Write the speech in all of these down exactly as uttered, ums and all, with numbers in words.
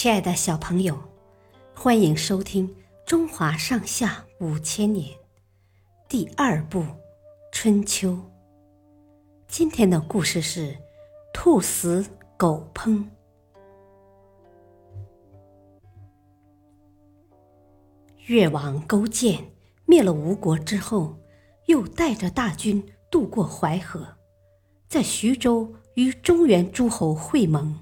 亲爱的小朋友，欢迎收听《中华上下五千年》第二部《春秋》。今天的故事是兔死狗烹。越王勾践灭了吴国之后，又带着大军渡过淮河，在徐州与中原诸侯会盟。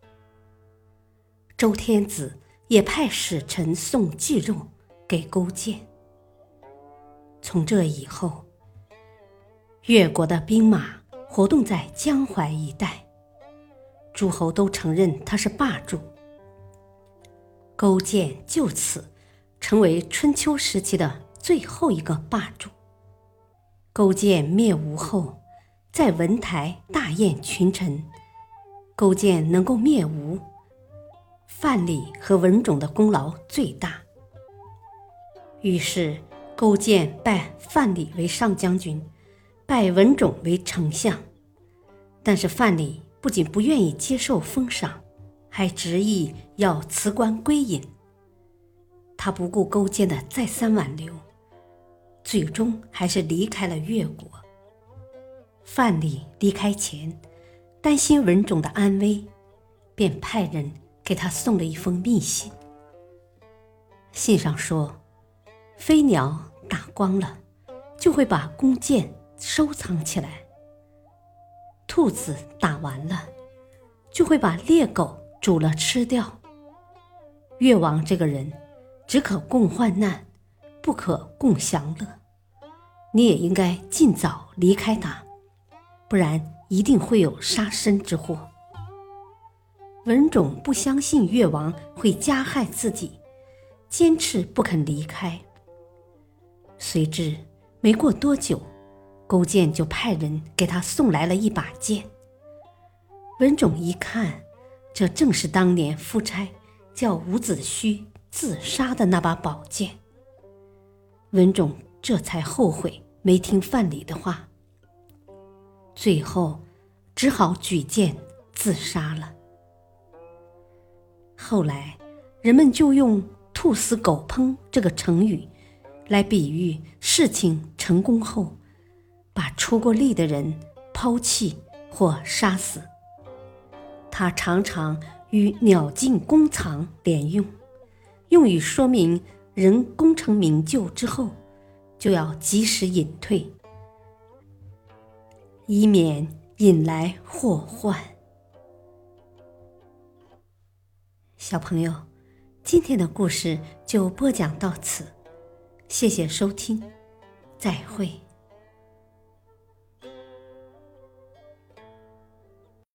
周天子也派使臣送祭肉给勾践。从这以后，越国的兵马活动在江淮一带，诸侯都承认他是霸主。勾践就此成为春秋时期的最后一个霸主。勾践灭吴后，在文台大宴群臣，勾践能够灭吴，范蠡和文种的功劳最大。于是勾践拜范蠡为上将军，拜文种为丞相。但是范蠡不仅不愿意接受封赏，还执意要辞官归隐。他不顾勾践的再三挽留，最终还是离开了越国。范蠡离开前，担心文种的安危，便派人给他送了一封密信。信上说，飞鸟打光了，就会把弓箭收藏起来；兔子打完了，就会把猎狗煮了吃掉。越王这个人只可共患难，不可共享乐，你也应该尽早离开他，不然一定会有杀身之祸。文种不相信越王会加害自己，坚持不肯离开。随之没过多久，勾践就派人给他送来了一把剑。文种一看，这正是当年夫差叫伍子胥自杀的那把宝剑。文种这才后悔没听范蠡的话，最后只好举剑自杀了。后来人们就用兔死狗烹这个成语来比喻事情成功后把出过力的人抛弃或杀死。它常常与鸟尽弓藏连用，用于说明人功成名就之后就要及时隐退，以免引来祸患。小朋友，今天的故事就播讲到此，谢谢收听，再会。